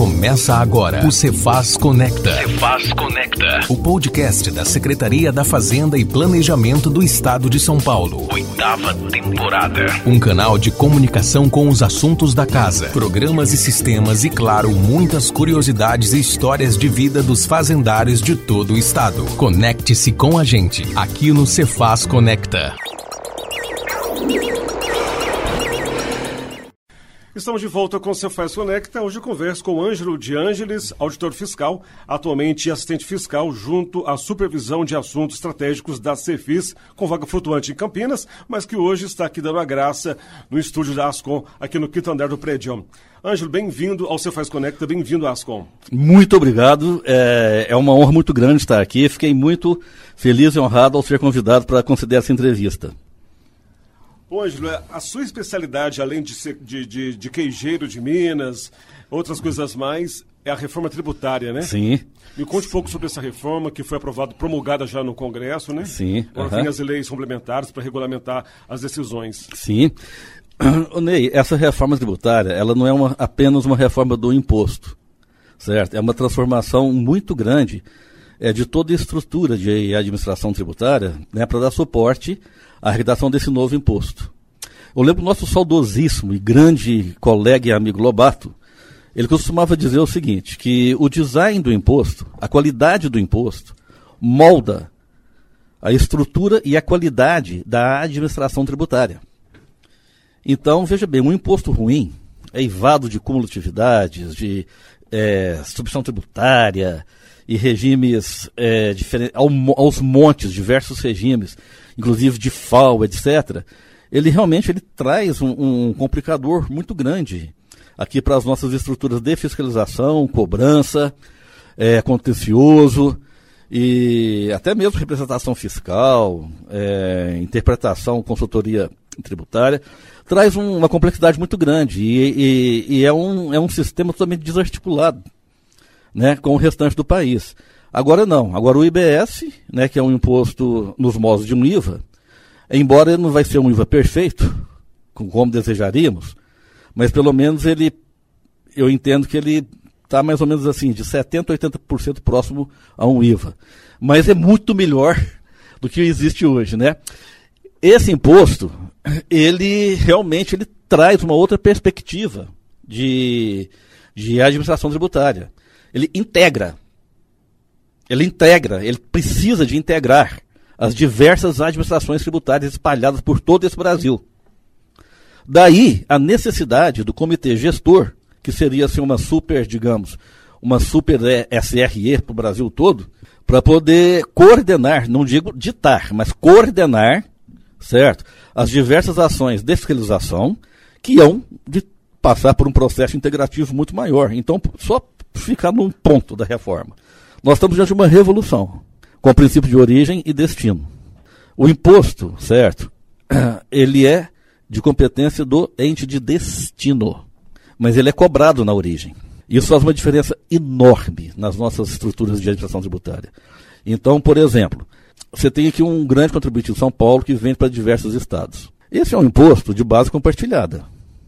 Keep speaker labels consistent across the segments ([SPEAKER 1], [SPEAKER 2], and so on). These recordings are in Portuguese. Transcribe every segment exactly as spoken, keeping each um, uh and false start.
[SPEAKER 1] Começa agora o Cefaz Conecta. Cefaz Conecta. O podcast da Secretaria da Fazenda e Planejamento do Estado de São Paulo. Oitava temporada. Um canal de comunicação com os assuntos da casa, programas e sistemas e, claro, muitas curiosidades e histórias de vida dos fazendários de todo o estado. Conecte-se com a gente aqui no Cefaz Conecta.
[SPEAKER 2] Estamos de volta com o Cefaz Conecta. Hoje eu converso com o Ângelo de Ângeles, auditor fiscal, atualmente assistente fiscal junto à supervisão de assuntos estratégicos da Cefis, com vaga flutuante em Campinas, mas que hoje está aqui dando a graça no estúdio da Ascom, aqui no quinto andar do prédio. Ângelo, bem-vindo ao Cefaz Conecta, bem-vindo à Ascom.
[SPEAKER 3] Muito obrigado, é, é uma honra muito grande estar aqui. Fiquei muito feliz e honrado ao ser convidado para conceder essa entrevista.
[SPEAKER 2] Ô, Ângelo, a sua especialidade, além de, ser, de, de, de queijeiro de Minas, outras coisas mais, é a reforma tributária, né?
[SPEAKER 3] Sim.
[SPEAKER 2] Me conte um pouco sobre essa reforma que foi aprovada, promulgada já no Congresso, né?
[SPEAKER 3] Sim.
[SPEAKER 2] Agora
[SPEAKER 3] uh-huh.
[SPEAKER 2] vem as leis complementares para regulamentar as decisões.
[SPEAKER 3] Sim. Ô, Ney, essa reforma tributária, ela não é uma, apenas uma reforma do imposto, certo? É uma transformação muito grande é, de toda a estrutura de administração tributária, né, para dar suporte à arrecadação desse novo imposto. Eu lembro do nosso saudosíssimo e grande colega e amigo Lobato, ele costumava dizer o seguinte, que o design do imposto, a qualidade do imposto, molda a estrutura e a qualidade da administração tributária. Então, veja bem, um imposto ruim, eivado de cumulatividades, de é, substituição tributária e regimes é, diferentes, aos montes, diversos regimes, inclusive de F A O, etcétera, ele realmente ele traz um, um complicador muito grande aqui para as nossas estruturas de fiscalização, cobrança, é, contencioso e até mesmo representação fiscal, é, interpretação, consultoria tributária, traz um, uma complexidade muito grande e, e, e é, um, é um sistema totalmente desarticulado, né, com o restante do país. Agora não, agora o I B S, né, que é um imposto nos moldes de um I V A, embora ele não vai ser um I V A perfeito, como desejaríamos, mas pelo menos ele, eu entendo que ele está mais ou menos assim, de setenta por cento a oitenta por cento próximo a um I V A. Mas é muito melhor do que existe hoje, né? Esse imposto, ele realmente ele traz uma outra perspectiva de, de administração tributária. Ele integra, ele integra, ele precisa de integrar as diversas administrações tributárias espalhadas por todo esse Brasil. Daí a necessidade do comitê gestor, que seria assim, uma super, digamos, uma super S R E para o Brasil todo, para poder coordenar, não digo ditar, mas coordenar, certo, as diversas ações de fiscalização que hão de passar por um processo integrativo muito maior. Então, só ficar num ponto da reforma. Nós estamos diante de uma revolução, com o princípio de origem e destino. O imposto, certo, ele é de competência do ente de destino, mas ele é cobrado na origem. Isso faz uma diferença enorme nas nossas estruturas de administração tributária. Então, por exemplo, você tem aqui um grande contribuinte em São Paulo que vende para diversos estados. Esse é um imposto de base compartilhada.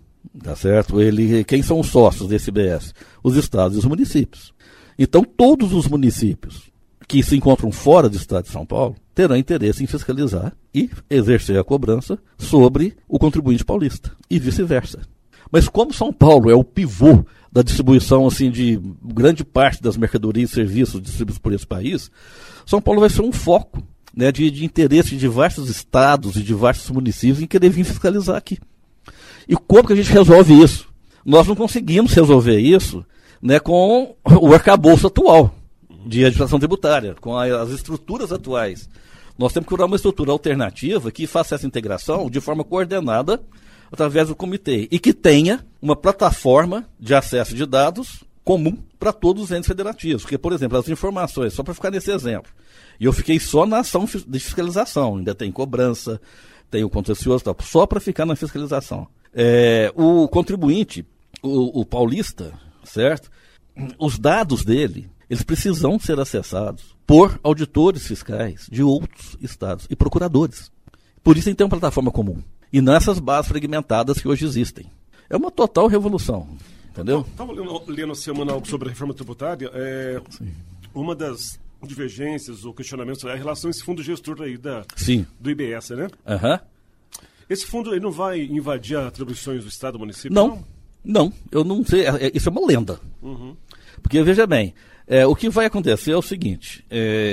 [SPEAKER 3] Tá certo? Ele, quem são os sócios desse I B S? Os estados e os municípios. Então, todos os municípios que se encontram fora do estado de São Paulo terão interesse em fiscalizar e exercer a cobrança sobre o contribuinte paulista e vice-versa. Mas como São Paulo é o pivô da distribuição assim, de grande parte das mercadorias e serviços distribuídos por esse país, São Paulo vai ser um foco, né, de, de interesse de diversos estados e diversos municípios em querer vir fiscalizar aqui. E como que a gente resolve isso? Nós não conseguimos resolver isso, né, com o arcabouço atual de administração tributária, com a, as estruturas atuais. Nós temos que criar uma estrutura alternativa que faça essa integração de forma coordenada através do comitê e que tenha uma plataforma de acesso de dados comum para todos os entes federativos. Porque, por exemplo, as informações, só para ficar nesse exemplo, e eu fiquei só na ação de fiscalização, ainda tem cobrança, tem o contencioso, tal, só para ficar na fiscalização. É, o contribuinte, o, o paulista, certo? Os dados dele, eles precisam ser acessados por auditores fiscais de outros estados e procuradores. Por isso tem que ter uma plataforma comum. E nessas bases fragmentadas que hoje existem. É uma total revolução. entendeu?
[SPEAKER 2] Estava lendo, lendo a semana algo sobre a reforma tributária, é, uma das divergências ou questionamentos é a relação a esse fundo gestor aí da,
[SPEAKER 3] Sim.
[SPEAKER 2] do I B S, né?
[SPEAKER 3] Aham. Uhum.
[SPEAKER 2] Esse fundo ele não vai invadir as atribuições do Estado e do município?
[SPEAKER 3] Não,
[SPEAKER 2] não,
[SPEAKER 3] não, eu não sei, é, isso é uma lenda.
[SPEAKER 2] Uhum.
[SPEAKER 3] Porque, veja bem, é, o que vai acontecer é o seguinte,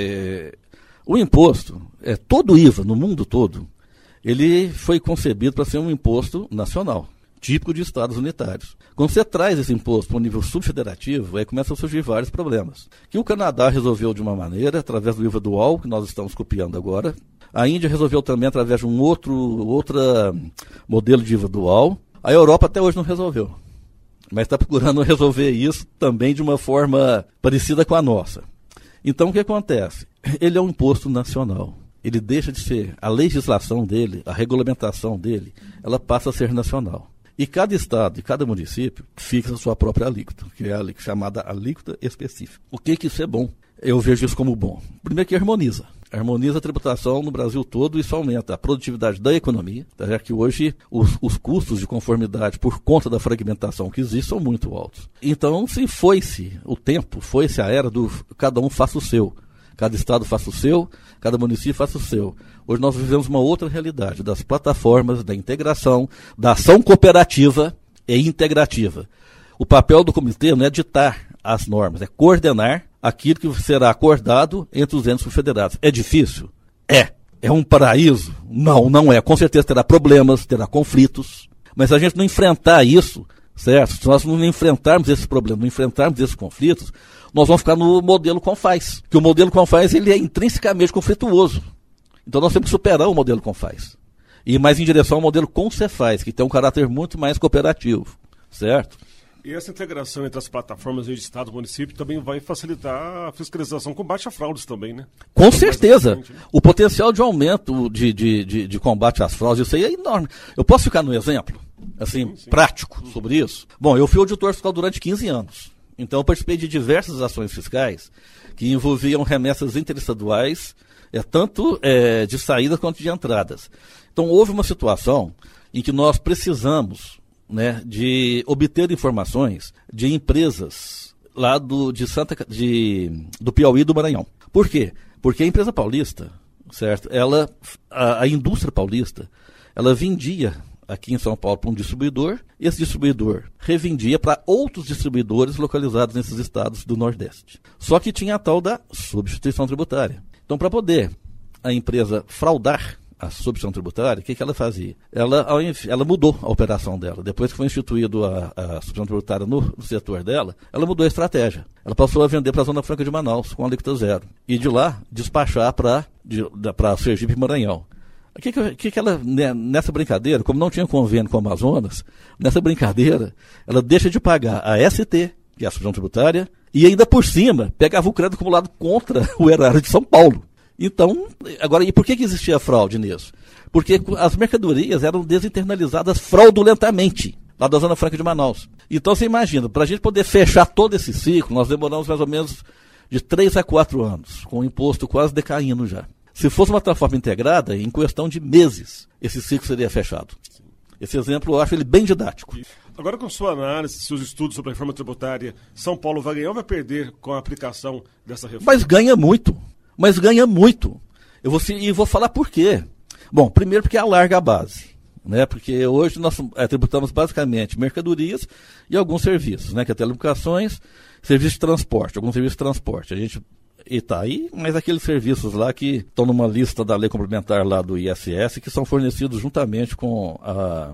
[SPEAKER 3] é, o imposto, é, todo I V A no mundo todo, ele foi concebido para ser um imposto nacional, típico de estados unitários. Quando você traz esse imposto para o nível subfederativo, aí começam a surgir vários problemas. Que o Canadá resolveu de uma maneira, através do I V A dual, que nós estamos copiando agora. A Índia resolveu também através de um outro outra modelo de I V A dual. A Europa até hoje não resolveu. Mas está procurando resolver isso também de uma forma parecida com a nossa. Então o que acontece? Ele é um imposto nacional. Ele deixa de ser, a legislação dele, a regulamentação dele, ela passa a ser nacional. E cada estado e cada município fixa a sua própria alíquota, que é a alíquota, chamada alíquota específica. O que que isso é bom? Eu vejo isso como bom. Primeiro que harmoniza. Harmoniza a tributação no Brasil todo e isso aumenta a produtividade da economia, já que hoje os, os custos de conformidade por conta da fragmentação que existe são muito altos. Então, se foi-se o tempo, foi-se a era do cada um faça o seu. Cada estado faça o seu, cada município faça o seu. Hoje nós vivemos uma outra realidade das plataformas, da integração, da ação cooperativa e integrativa. O papel do comitê não é ditar as normas, é coordenar aquilo que será acordado entre os entes federados. É difícil? É. É um paraíso? Não, não é. Com certeza terá problemas, terá conflitos. Mas se a gente não enfrentar isso, certo? Se nós não enfrentarmos esses problemas, não enfrentarmos esses conflitos, nós vamos ficar no modelo Confaz. Que o modelo Confaz ele é intrinsecamente conflituoso. Então nós temos que superar o modelo Confaz. E ir mais em direção ao modelo Concefaz, que tem um caráter muito mais cooperativo. Certo?
[SPEAKER 2] E essa integração entre as plataformas de Estado e município também vai facilitar a fiscalização, combate a fraudes também, né?
[SPEAKER 3] Com é certeza. Né? O potencial de aumento de, de, de, de combate às fraudes, isso aí é enorme. Eu posso ficar no exemplo, assim, sim, sim. prático sobre isso? Bom, eu fui auditor fiscal durante quinze anos. Então eu participei de diversas ações fiscais que envolviam remessas interestaduais, é, tanto é, de saídas quanto de entradas. Então houve uma situação em que nós precisamos, né, de obter informações de empresas lá do, de Santa, de, do Piauí e do Maranhão. Por quê? Porque a empresa paulista, certo? Ela, a, a indústria paulista, ela vendia aqui em São Paulo para um distribuidor, e esse distribuidor revendia para outros distribuidores localizados nesses estados do Nordeste. Só que tinha a tal da substituição tributária. Então, para poder a empresa fraudar a substituição tributária, o que, que ela fazia? Ela, ela mudou a operação dela. Depois que foi instituído a, a substituição tributária no, no setor dela, ela mudou a estratégia. Ela passou a vender para a Zona Franca de Manaus, com alíquota zero. E de lá, despachar para de, Sergipe e Maranhão. O que, que, que ela, nessa brincadeira, como não tinha convênio com o Amazonas, nessa brincadeira, ela deixa de pagar a S T, que é a substituição tributária, e ainda por cima, pegava o crédito acumulado contra o erário de São Paulo. Então, agora, e por que, que existia fraude nisso? Porque as mercadorias eram desinternalizadas fraudulentamente, lá da Zona Franca de Manaus. Então, você imagina, para a gente poder fechar todo esse ciclo, nós demoramos mais ou menos de três a quatro anos, com o imposto quase decaindo já. Se fosse uma plataforma integrada, em questão de meses, esse ciclo seria fechado. Esse exemplo, eu acho ele bem didático.
[SPEAKER 2] Agora, com sua análise, seus estudos sobre a reforma tributária, São Paulo vai ganhar ou vai perder com a aplicação dessa reforma?
[SPEAKER 3] Mas ganha muito. Mas ganha muito. Eu vou, e vou falar por quê. Bom, primeiro porque alarga a base. Né? Porque hoje nós é, tributamos basicamente mercadorias e alguns serviços, né? Que é telecomunicações, serviços de transporte, alguns serviços de transporte. A gente... E tá aí, mas aqueles serviços lá que estão numa lista da lei complementar lá do I S S, que são fornecidos juntamente com a,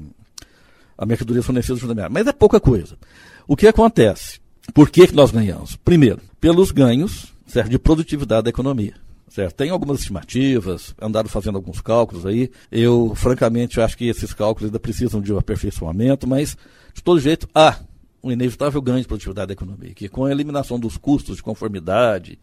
[SPEAKER 3] a mercadoria fornecida juntamente. Mas é pouca coisa. O que acontece? Por que, que nós ganhamos? Primeiro, pelos ganhos, certo, de produtividade da economia. Certo? Tem algumas estimativas, andaram fazendo alguns cálculos aí. Eu, francamente, acho que esses cálculos ainda precisam de um aperfeiçoamento, mas, de todo jeito, há um inevitável ganho de produtividade da economia, que com a eliminação dos custos de conformidade,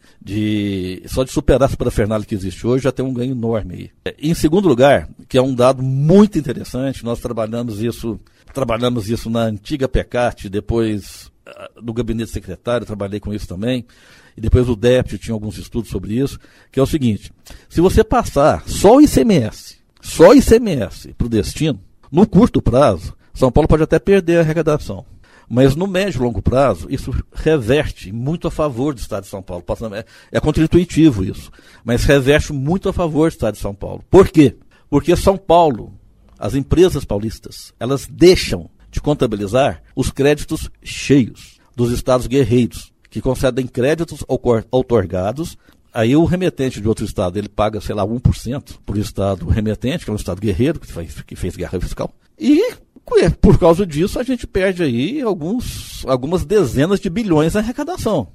[SPEAKER 3] de só de superar essa parafernália que existe hoje, já tem um ganho enorme aí. Em segundo lugar, que é um dado muito interessante, nós trabalhamos isso, trabalhamos isso na antiga PECAT, depois do gabinete secretário, trabalhei com isso também, e depois o D E P tinha alguns estudos sobre isso, que é o seguinte: se você passar só o I C M S, só o I C M S para o destino, no curto prazo, São Paulo pode até perder a arrecadação. Mas no médio e longo prazo, isso reverte muito a favor do Estado de São Paulo. É contra-intuitivo isso, mas reverte muito a favor do Estado de São Paulo. Por quê? Porque São Paulo, as empresas paulistas, elas deixam de contabilizar os créditos cheios dos estados guerreiros, que concedem créditos outorgados. Aí o remetente de outro estado, ele paga, sei lá, um por cento por estado remetente, que é um estado guerreiro, que fez, que fez guerra fiscal. E por causa disso, a gente perde aí alguns, algumas dezenas de bilhões na arrecadação.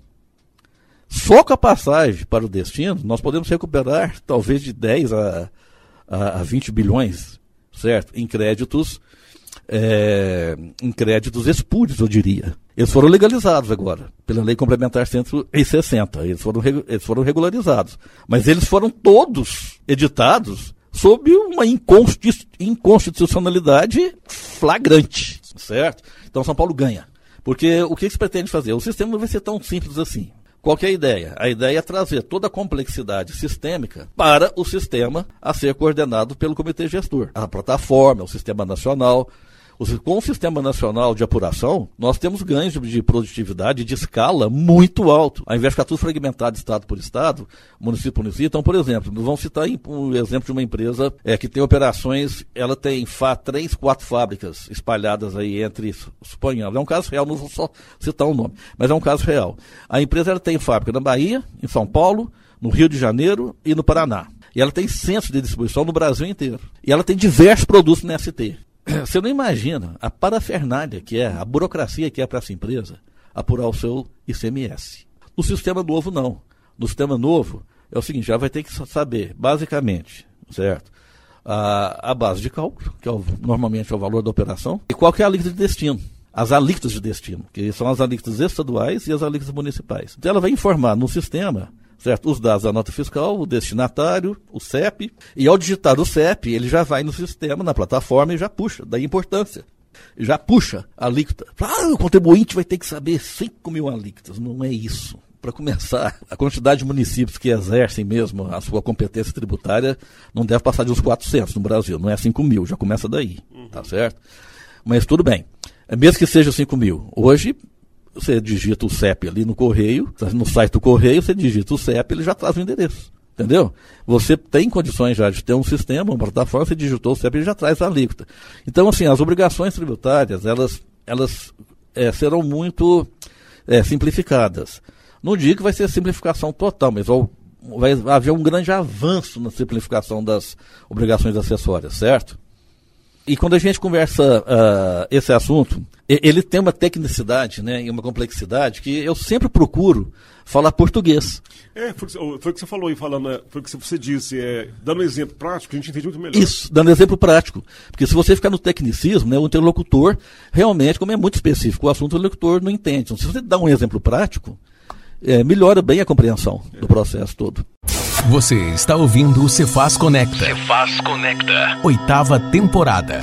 [SPEAKER 3] Só com a passagem para o destino, nós podemos recuperar talvez de dez a, a, a vinte bilhões, certo? Em créditos, é, em créditos espúrios, eu diria. Eles foram legalizados agora, pela Lei Complementar cento e sessenta. Eles foram, eles foram regularizados. Mas eles foram todos editados sob uma inconstitucionalidade flagrante, certo? Então São Paulo ganha. Porque o que se pretende fazer? O sistema não vai ser tão simples assim. Qual que é a ideia? A ideia é trazer toda a complexidade sistêmica para o sistema a ser coordenado pelo comitê gestor. A plataforma, o sistema nacional. Com o Sistema Nacional de Apuração, nós temos ganhos de produtividade de escala muito alto. Ao invés de ficar tudo fragmentado estado por estado, município por município. Então, por exemplo, vamos citar um exemplo de uma empresa é, que tem operações, ela tem fa, três, quatro fábricas espalhadas aí entre, suponhamos, é um caso real, não vou só citar o um nome, mas é um caso real. A empresa ela tem fábrica na Bahia, em São Paulo, no Rio de Janeiro e no Paraná. E ela tem centros de distribuição no Brasil inteiro. E ela tem diversos produtos no S T. Você não imagina a parafernália que é, a burocracia que é para essa empresa apurar o seu I C M S. No sistema novo, não. No sistema novo, é o seguinte, já vai ter que saber, basicamente, certo? A, a base de cálculo, que é o, normalmente é o valor da operação, e qual que é a alíquota de destino. As alíquotas de destino, que são as alíquotas estaduais e as alíquotas municipais. Então ela vai informar no sistema, certo? Os dados da nota fiscal, o destinatário, o C E P, e ao digitar o C E P, ele já vai no sistema, na plataforma e já puxa, daí importância. Já puxa a alíquota. Ah, o contribuinte vai ter que saber cinco mil alíquotas. Não é isso. Para começar, a quantidade de municípios que exercem mesmo a sua competência tributária não deve passar de uns quatrocentos no Brasil, não é cinco mil, já começa daí, uhum. Tá certo? Mas tudo bem, mesmo que seja cinco mil, hoje você digita o C E P ali no correio, no site do correio, você digita o C E P, ele já traz o endereço, entendeu? Você tem condições já de ter um sistema, uma plataforma, você digitou o C E P, ele já traz a alíquota. Então, assim, as obrigações tributárias, elas, elas é, serão muito é, simplificadas. Não digo que vai ser simplificação total, mas vai haver um grande avanço na simplificação das obrigações acessórias, certo? E quando a gente conversa uh, esse assunto, ele tem uma tecnicidade, né, e uma complexidade que eu sempre procuro falar português.
[SPEAKER 2] É, foi, foi o que você falou aí, falando, foi o que você disse, é, dando um exemplo prático, a gente entende muito melhor.
[SPEAKER 3] Isso, dando exemplo prático. Porque se você ficar no tecnicismo, né, o interlocutor, realmente, como é muito específico, o assunto o interlocutor não entende. Então, se você dá um exemplo prático, é, melhora bem a compreensão é. do processo todo.
[SPEAKER 1] Você está ouvindo o Cefaz Conecta. Cefaz Conecta. Oitava temporada.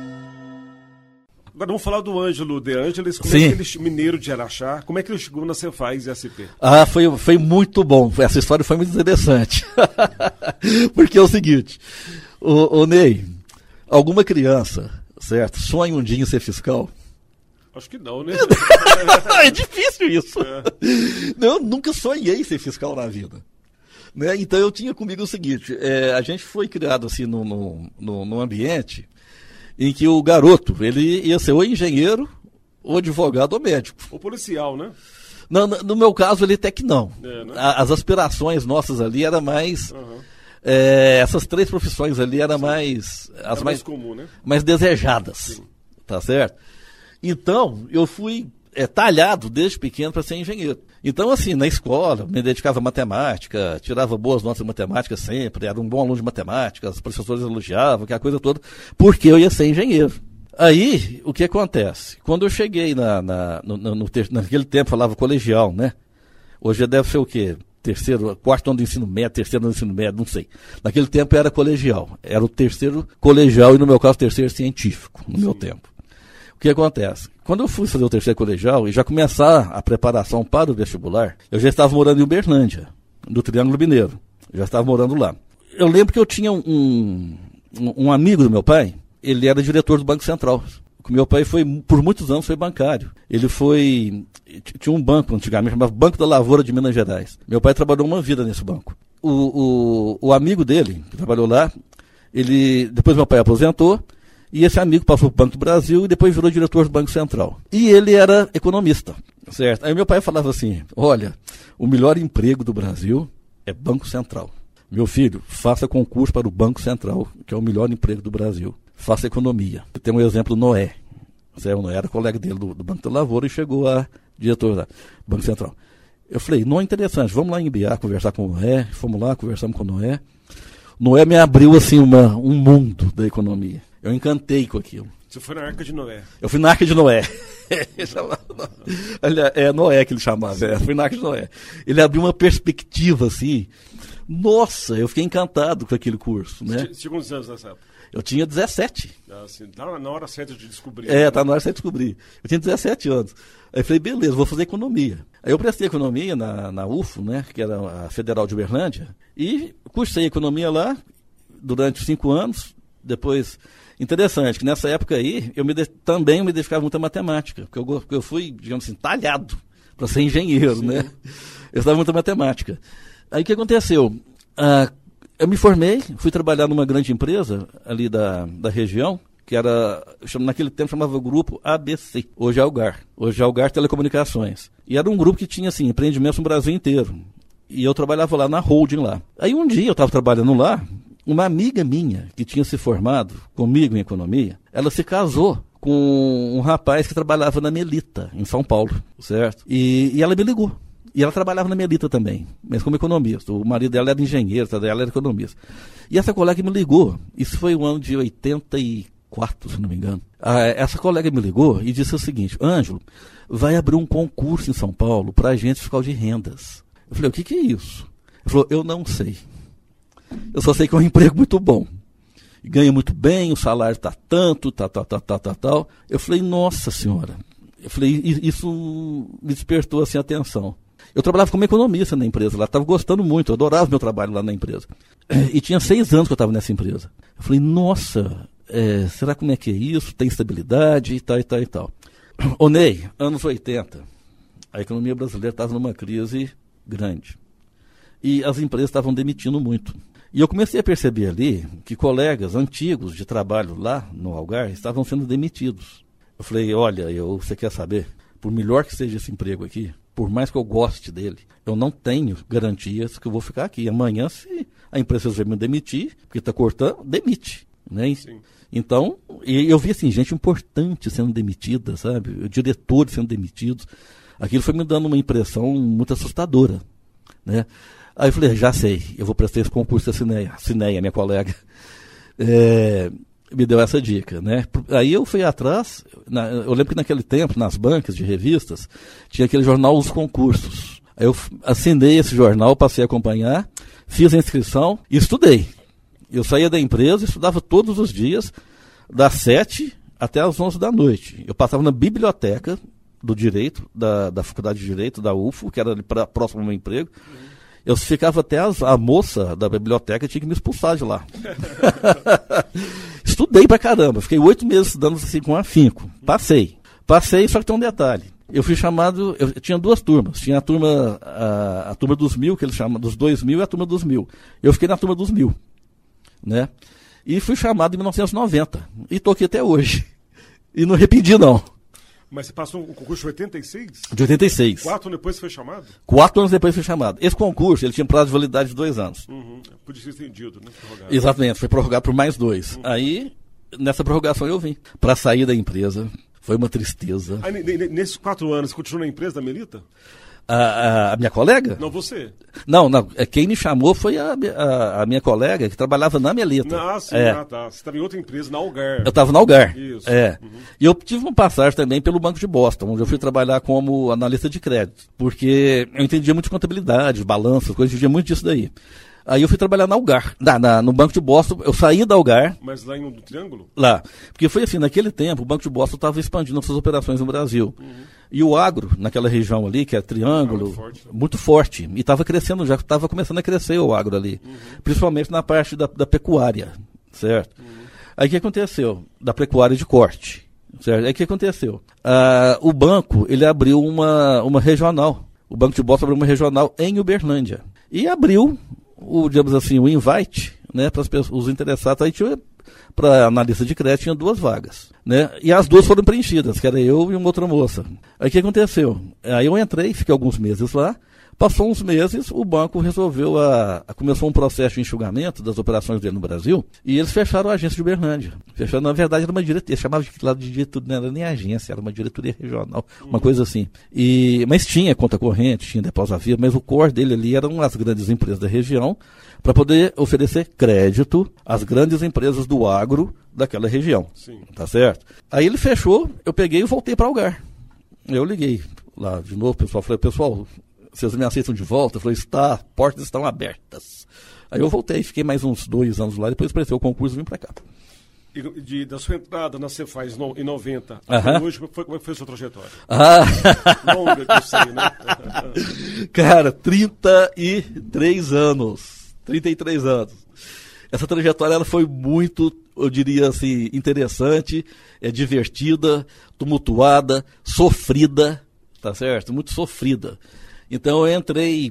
[SPEAKER 2] Agora vamos falar do Ângelo De Angelis. Como
[SPEAKER 3] Sim.
[SPEAKER 2] é que ele, mineiro de Araxá, como é que ele chegou na Cefaz e S P?
[SPEAKER 3] Ah, foi, foi muito bom. Essa história foi muito interessante. Porque é o seguinte, ô, ô Ney, alguma criança, certo, sonha um dia em ser fiscal?
[SPEAKER 2] Acho que não, né?
[SPEAKER 3] É difícil isso. É. Eu nunca sonhei ser fiscal na vida. Né? Então eu tinha comigo o seguinte, é, a gente foi criado assim num no, no, no ambiente em que o garoto, ele ia ser ou engenheiro, ou advogado, ou médico.
[SPEAKER 2] Ou policial, né?
[SPEAKER 3] No, no, no meu caso, ele até que não.
[SPEAKER 2] É, né?
[SPEAKER 3] As aspirações nossas ali eram mais...
[SPEAKER 2] Uhum.
[SPEAKER 3] É, essas três profissões ali eram Sim. mais... As
[SPEAKER 2] Era
[SPEAKER 3] mais,
[SPEAKER 2] mais comum, né?
[SPEAKER 3] Mais desejadas. Sim. Tá certo? Então, eu fui é, talhado desde pequeno para ser engenheiro. Então, assim, na escola, me dedicava à matemática, tirava boas notas em matemática sempre, era um bom aluno de matemática, os professores elogiavam, aquela coisa toda, porque eu ia ser engenheiro. Aí, o que acontece? Quando eu cheguei na, na, no, no, no, naquele tempo, falava colegial, né? Hoje já deve ser o quê? Terceiro, quarto ano do ensino médio, terceiro ano do ensino médio, não sei. Naquele tempo era colegial, era o terceiro colegial e, no meu caso, terceiro científico, no Sim. meu tempo. O que acontece? Quando eu fui fazer o terceiro colegial e já começar a preparação para o vestibular, eu já estava morando em Uberlândia, no Triângulo Mineiro. Eu já estava morando lá. Eu lembro que eu tinha um, um, um amigo do meu pai, ele era diretor do Banco Central. Meu pai foi, por muitos anos, foi bancário. Ele foi... Tinha um banco antigamente, chamava Banco da Lavoura de Minas Gerais. Meu pai trabalhou uma vida nesse banco. O, o, o amigo dele, que trabalhou lá, ele... Depois meu pai aposentou, e esse amigo passou para o Banco do Brasil e depois virou diretor do Banco Central. E ele era economista, certo? Aí meu pai falava assim, olha, o melhor emprego do Brasil é Banco Central. Meu filho, faça concurso para o Banco Central, que é o melhor emprego do Brasil. Faça economia. Tem um exemplo, Noé. O Noé era colega dele do, do Banco da Lavoura e chegou a diretor do Banco Central. Eu falei, não é interessante, vamos lá em Ibiá conversar com o Noé. Fomos lá, conversamos com o Noé. Noé me abriu assim uma, um mundo da economia. Eu encantei com aquilo.
[SPEAKER 2] Você foi na Arca de Noé?
[SPEAKER 3] Eu fui na Arca de Noé. É Noé que ele chamava, é, fui na Arca de Noé. Ele abriu uma perspectiva assim. Nossa, eu fiquei encantado com aquele curso, né?
[SPEAKER 2] Você tinha quantos anos nessa época?
[SPEAKER 3] Eu tinha dezessete.
[SPEAKER 2] Ah, assim, tá na hora certa de descobrir.
[SPEAKER 3] É, tá na hora certa de descobrir. Eu tinha dezessete anos. Aí eu falei, beleza, vou fazer economia. Aí eu prestei economia na, na U F O, né, que era a Federal de Uberlândia, e cursei economia lá durante cinco anos. Depois, interessante, que nessa época aí, eu me de, também me dedicava muito à matemática, porque eu, porque eu fui, digamos assim, talhado para ser engenheiro, Sim. né? Eu estava muito à matemática. Aí o que aconteceu? Ah, eu me formei, fui trabalhar numa grande empresa ali da, da região, que era, naquele tempo chamava Grupo A B C, hoje é Algar, hoje é Algar Telecomunicações. E era um grupo que tinha, assim, empreendimentos no Brasil inteiro. E eu trabalhava lá na holding lá. Aí um dia eu estava trabalhando lá, uma amiga minha, que tinha se formado comigo em economia, ela se casou com um rapaz que trabalhava na Melita, em São Paulo, certo? E, e ela me ligou. E ela trabalhava na Melita também, mas como economista. O marido dela era engenheiro, ela era economista. E essa colega me ligou, isso foi o ano de oitenta e quatro, se não me engano. Ah, essa colega me ligou e disse o seguinte, Ângelo, vai abrir um concurso em São Paulo para agente fiscal de rendas. Eu falei, o que, que é isso? Ele falou, eu não sei. Eu só sei que é um emprego muito bom. Ganha muito bem, o salário está tanto, tal, tal, tal, tal, tal, tal. Eu falei, nossa senhora. Eu falei, isso me despertou assim a atenção. Eu trabalhava como economista na empresa lá, estava gostando muito, eu adorava meu trabalho lá na empresa. E tinha seis anos que eu estava nessa empresa. Eu falei, nossa, é, será como é que é isso? Tem estabilidade e tal, e tal, e tal. Ô Ney, anos oitenta, a economia brasileira estava numa crise grande. E as empresas estavam demitindo muito. E eu comecei a perceber ali que colegas antigos de trabalho lá no Algar estavam sendo demitidos. Eu falei, olha, eu, você quer saber? Por melhor que seja esse emprego aqui, por mais que eu goste dele, eu não tenho garantias que eu vou ficar aqui. Amanhã, se a empresa resolver me demitir, porque está cortando, demite. Né? Então, eu vi assim, gente importante sendo demitida, sabe? Diretores sendo demitidos. Aquilo foi me dando uma impressão muito assustadora. Né? Aí eu falei, já sei, eu vou prestar esse concurso da Cineia, Cineia, minha colega. É... me deu essa dica, né? Aí eu fui atrás, na, eu lembro que naquele tempo, nas bancas de revistas, tinha aquele jornal Os Concursos. Aí eu assinei esse jornal, passei a acompanhar, fiz a inscrição e estudei. Eu saía da empresa, estudava todos os dias, das sete até as onze da noite. Eu passava na biblioteca do Direito, da, da Faculdade de Direito, da U F O, que era ali pra, próximo ao meu emprego. Eu ficava até as, a moça da biblioteca tinha que me expulsar de lá. Estudei pra caramba, fiquei oito meses estudando assim com afinco. Passei. Passei, só que tem um detalhe. Eu fui chamado, eu tinha duas turmas. Tinha a turma, a, a turma dos mil, que eles chamam, dos dois mil, e a turma dos mil. Eu fiquei na turma dos mil. Né? E fui chamado em mil novecentos e noventa. E tô aqui até hoje. E não arrependi, não.
[SPEAKER 2] Mas você passou o concurso de oitenta e seis?
[SPEAKER 3] De oitenta e seis.
[SPEAKER 2] Quatro anos depois foi chamado?
[SPEAKER 3] Quatro anos depois foi chamado. Esse concurso, ele tinha prazo de validade de dois anos.
[SPEAKER 2] Uhum. Podia ser estendido, né? Prorrogado.
[SPEAKER 3] Exatamente, foi prorrogado por mais dois. Uhum. Aí, nessa prorrogação eu vim. Para sair da empresa, foi uma tristeza.
[SPEAKER 2] Aí, nesses quatro anos, você continuou na empresa da Melita?
[SPEAKER 3] A, a, a minha colega?
[SPEAKER 2] Não, você.
[SPEAKER 3] Não, não, quem me chamou foi a, a, a minha colega que trabalhava na Melita.
[SPEAKER 2] Ah, sim,
[SPEAKER 3] é.
[SPEAKER 2] ah, tá. Você estava em outra empresa, na Algar.
[SPEAKER 3] Eu estava na Algar.
[SPEAKER 2] Isso.
[SPEAKER 3] É.
[SPEAKER 2] Uhum.
[SPEAKER 3] E eu tive uma passagem também pelo Banco de Boston, onde eu fui trabalhar como analista de crédito, porque eu entendia muito de contabilidade, balanço, coisas, eu entendia muito disso daí. Aí eu fui trabalhar na Algar, na, na, no Banco de Boston, eu saí da Algar.
[SPEAKER 2] Mas lá em um do Triângulo?
[SPEAKER 3] Lá. Porque foi assim, naquele tempo, o Banco de Boston estava expandindo suas operações no Brasil. Uhum. E o agro, naquela região ali, que é Triângulo, ah, muito forte, muito forte. E estava crescendo, já estava começando a crescer o agro ali. Uhum. Principalmente na parte da, da pecuária, certo? Uhum. Aí o que aconteceu? Da pecuária de corte. Certo? Aí o que aconteceu? Ah, o banco, ele abriu uma, uma regional. O Banco de Boston abriu uma regional em Uberlândia. E abriu, o, digamos assim, o invite, né, para os interessados. Aí tinha, para analista de crédito, tinha duas vagas, né? E as duas foram preenchidas, que era eu e uma outra moça. Aí o que aconteceu? Aí eu entrei, fiquei alguns meses lá. Passou uns meses, o banco resolveu, a, a, começou um processo de enxugamento das operações dele no Brasil, e eles fecharam a agência de Uberlândia. Fecharam, na verdade, era uma diretoria, chamava de lado de diretoria, não era nem agência, era uma diretoria regional, uma coisa assim. E, mas tinha conta corrente, tinha depósito à vista, mas o core dele ali eram as grandes empresas da região, para poder oferecer crédito às grandes empresas do agro daquela região. Sim. Tá certo? Aí ele fechou, eu peguei e voltei para Algar. Eu liguei lá de novo, o pessoal falou, pessoal, vocês me aceitam de volta? Eu falei, está, portas estão abertas. Aí eu voltei, fiquei mais uns dois anos lá, depois apareceu o concurso e vim para cá.
[SPEAKER 2] E de, da sua entrada na Cefaz no, em noventa,
[SPEAKER 3] uh-huh.
[SPEAKER 2] hoje, como foi, como foi a sua trajetória?
[SPEAKER 3] Ah.
[SPEAKER 2] Longa, que eu sei, né?
[SPEAKER 3] Cara, trinta e três anos. trinta e três anos. Essa trajetória ela foi muito, eu diria assim, interessante, é divertida, tumultuada, sofrida, tá certo? Muito sofrida. Então eu entrei,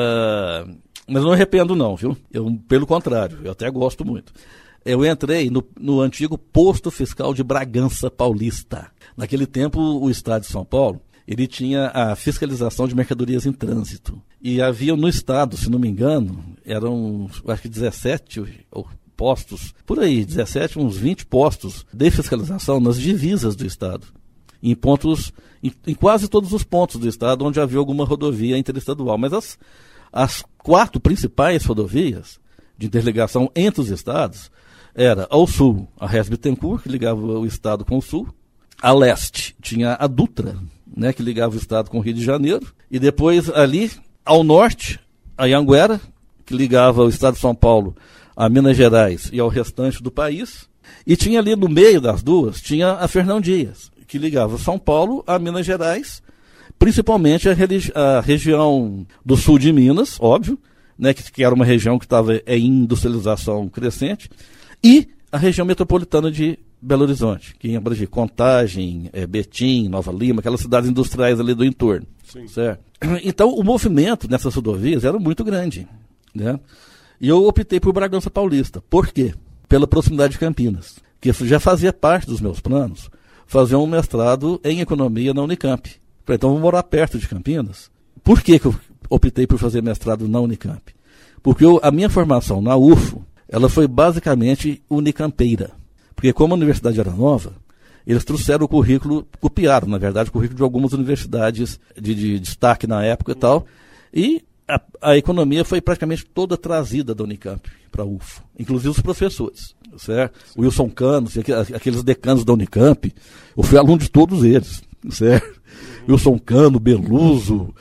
[SPEAKER 3] uh, mas não me arrependo não, viu? Eu, pelo contrário, eu até gosto muito. Eu entrei no, no antigo posto fiscal de Bragança Paulista. Naquele tempo, o estado de São Paulo, ele tinha a fiscalização de mercadorias em trânsito. E havia no estado, se não me engano, eram, acho que dezessete postos, por aí, dezessete, uns vinte postos de fiscalização nas divisas do estado. Em pontos, em, em quase todos os pontos do estado onde havia alguma rodovia interestadual. Mas as, as quatro principais rodovias de interligação entre os estados era ao sul a Resbitencourt, que ligava o estado com o sul. A leste tinha a Dutra, né, que ligava o estado com o Rio de Janeiro. E depois ali ao norte a Anhanguera, que ligava o estado de São Paulo a Minas Gerais e ao restante do país. E tinha ali no meio das duas, tinha a Fernão Dias, que ligava São Paulo a Minas Gerais, principalmente a, religi- a região do sul de Minas, óbvio, né, que, que era uma região que estava em industrialização crescente, e a região metropolitana de Belo Horizonte, que abrange Contagem, é, Betim, Nova Lima, aquelas cidades industriais ali do entorno. Sim. Certo? Então, o movimento nessas rodovias era muito grande, né? E eu optei por Bragança Paulista. Por quê? Pela proximidade de Campinas, que isso já fazia parte dos meus planos, fazer um mestrado em economia na Unicamp. Falei, então vou morar perto de Campinas. Por que que eu optei por fazer mestrado na Unicamp? Porque eu, a minha formação na U F O, ela foi basicamente unicampeira. Porque como a universidade era nova, eles trouxeram o currículo, copiaram, na verdade, o currículo de algumas universidades de, de destaque na época e tal, e a, a economia foi praticamente toda trazida da Unicamp para a U F O, inclusive os professores, certo? O Wilson Canos, aqueles decanos da Unicamp, eu fui aluno de todos eles, certo? Wilson Cano, Beluso,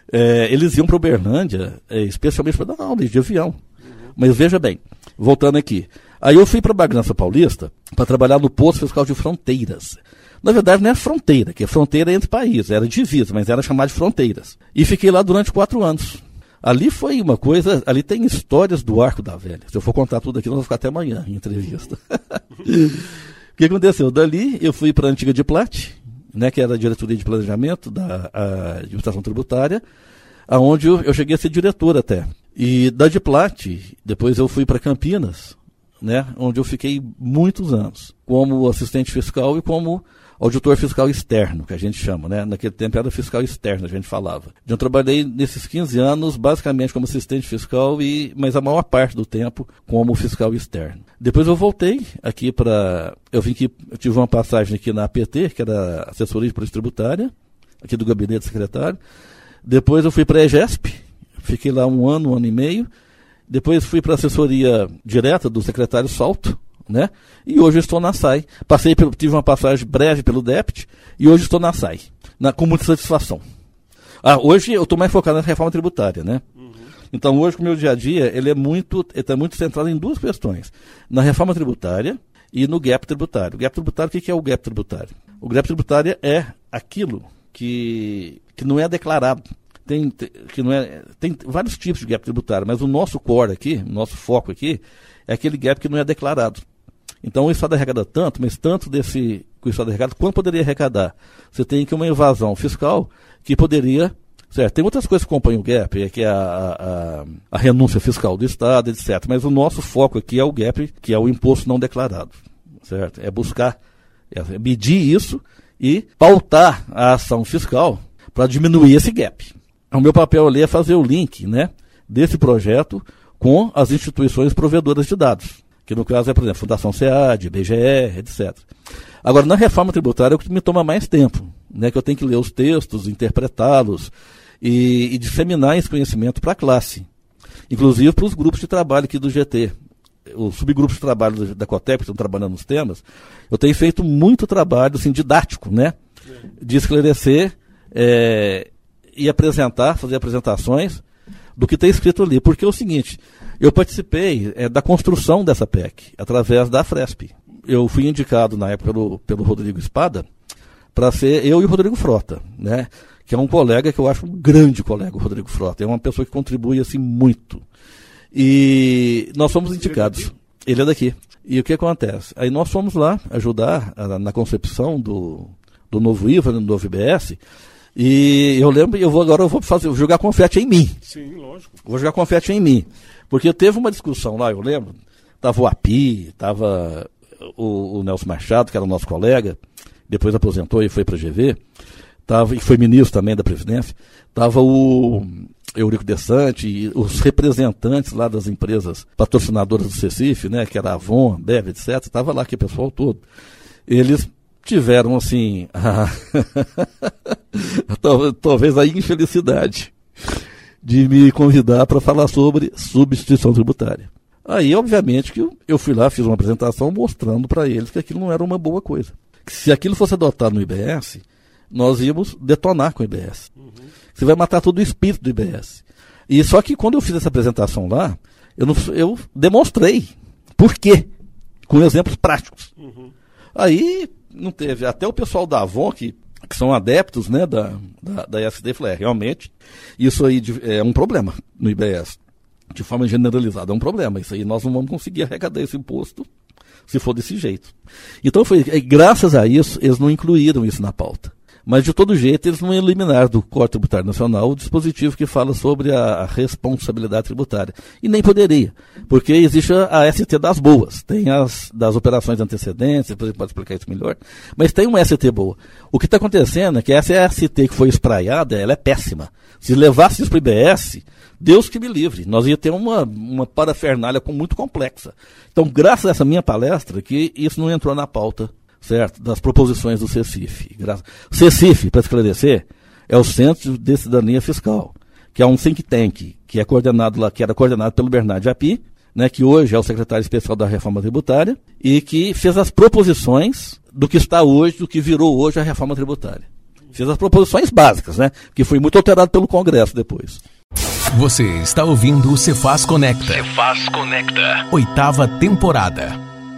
[SPEAKER 3] é, eles iam para Uberlândia, é, especialmente para dar aula de avião. Mas veja bem, voltando aqui, aí eu fui para Bragança Paulista para trabalhar no posto fiscal de fronteiras. Na verdade não é fronteira, que é fronteira entre países, era divisa, mas era chamado de fronteiras. E fiquei lá durante quatro anos. Ali foi uma coisa, ali tem histórias do Arco da Velha. Se eu for contar tudo aqui, nós vamos ficar até amanhã em entrevista. O que aconteceu? Dali eu fui para a antiga Diplat, né, que era a diretoria de planejamento da administração tributária, aonde eu, eu cheguei a ser diretor até. E da Diplat, depois eu fui para Campinas, né, onde eu fiquei muitos anos, como assistente fiscal e como auditor fiscal externo, que a gente chama, né? Naquele tempo era fiscal externo, a gente falava. Eu trabalhei nesses quinze anos, basicamente como assistente fiscal, e, mas a maior parte do tempo como fiscal externo. Depois eu voltei aqui para... Eu vim aqui, eu tive uma passagem aqui na A P T, que era assessoria de polícia tributária, aqui do gabinete secretário. Depois eu fui para a EGESP, fiquei lá um ano, um ano e meio. Depois fui para a assessoria direta do secretário Salto, né? E hoje eu estou na S A I. Passei pelo, tive uma passagem breve pelo D E P T e hoje estou na S A I, na, com muita satisfação. Ah, hoje eu estou mais focado na reforma tributária, né? Uhum. Então hoje o meu dia a dia ele é muito, está muito centrado em duas questões: na reforma tributária e no gap tributário. O gap tributário, o que é o gap tributário? O gap tributário é aquilo que, que não é declarado. Tem, tem, que não é, tem vários tipos de gap tributário, mas o nosso core aqui, o nosso foco aqui, é aquele gap que não é declarado. Então, o Estado arrecada tanto, mas tanto desse que o Estado arrecada, quanto poderia arrecadar? Você tem aqui uma evasão fiscal que poderia... Certo, tem outras coisas que acompanham o gap, que é a, a, a renúncia fiscal do Estado, etcétera. Mas o nosso foco aqui é o gap, que é o imposto não declarado. Certo? É buscar, é medir isso e pautar a ação fiscal para diminuir esse gap. O meu papel ali é fazer o link, né, desse projeto com as instituições provedoras de dados, que no caso é, por exemplo, Fundação SEAD, B G E, etcétera. Agora, na reforma tributária, é o que me toma mais tempo, né, que eu tenho que ler os textos, interpretá-los e, e disseminar esse conhecimento para a classe, inclusive para os grupos de trabalho aqui do G T. Os subgrupos de trabalho da COTEP, que estão trabalhando nos temas, eu tenho feito muito trabalho assim, didático, né, de esclarecer é, e apresentar, fazer apresentações do que está escrito ali. Porque é o seguinte, eu participei é, da construção dessa P E C, através da Fresp. Eu fui indicado na época pelo, pelo Rodrigo Espada, para ser eu e o Rodrigo Frota, né, que é um colega que eu acho um grande colega, o Rodrigo Frota. É uma pessoa que contribui assim, muito. E nós fomos indicados. Ele é daqui. E o que acontece? Aí nós fomos lá ajudar a, na concepção do, do novo I V A, do novo I B S. E eu lembro, eu vou, agora eu vou fazer, vou jogar confete em mim.
[SPEAKER 2] Sim, lógico.
[SPEAKER 3] Vou jogar confete em mim. Porque teve uma discussão lá, eu lembro. Tava o Api, estava o, o Nelson Machado, que era o nosso colega, depois aposentou e foi para a G V. Tava, e foi ministro também da Previdência. Estava o Eurico Desante e os representantes lá das empresas patrocinadoras do CECIF, né, que era a Avon, Bev, etcétera. Estava lá aqui o pessoal todo. Eles tiveram, assim, a talvez a infelicidade de me convidar para falar sobre substituição tributária. Aí, obviamente, que eu, eu fui lá, fiz uma apresentação mostrando para eles que aquilo não era uma boa coisa. Que se aquilo fosse adotado no I B S, nós íamos detonar com o I B S. Uhum. Você vai matar todo o espírito do I B S. E só que quando eu fiz essa apresentação lá, eu, não, eu demonstrei por quê, com exemplos práticos. Uhum. Aí não teve, até o pessoal da Avon, que, que são adeptos, né, da, da, da E S D, falou, é, realmente, isso aí é um problema no I B S. De forma generalizada, é um problema. Isso aí nós não vamos conseguir arrecadar esse imposto se for desse jeito. Então, foi, graças a isso, eles não incluíram isso na pauta. Mas, de todo jeito, eles não eliminaram do Código Tributário Nacional o dispositivo que fala sobre a responsabilidade tributária. E nem poderia, porque existe a S T das boas, tem as das operações antecedentes, depois a gente pode explicar isso melhor, mas tem uma S T boa. O que está acontecendo é que essa S T que foi espraiada, ela é péssima. Se levasse isso para o I B S, Deus que me livre, nós ia ter uma, uma parafernália muito complexa. Então, graças a essa minha palestra, que isso não entrou na pauta, certo, das proposições do CECIF. Graças... O CECIF, para esclarecer, é o Centro de Cidadania Fiscal, que é um think tank, que é coordenado lá, que era coordenado pelo Bernardo Api, né, que hoje é o secretário especial da Reforma Tributária, e que fez as proposições do que está hoje, do que virou hoje a Reforma Tributária. Fez as proposições básicas, né, que foi muito alterado pelo Congresso depois.
[SPEAKER 1] Você está ouvindo o Cefaz Conecta. Cefaz Conecta. Oitava temporada.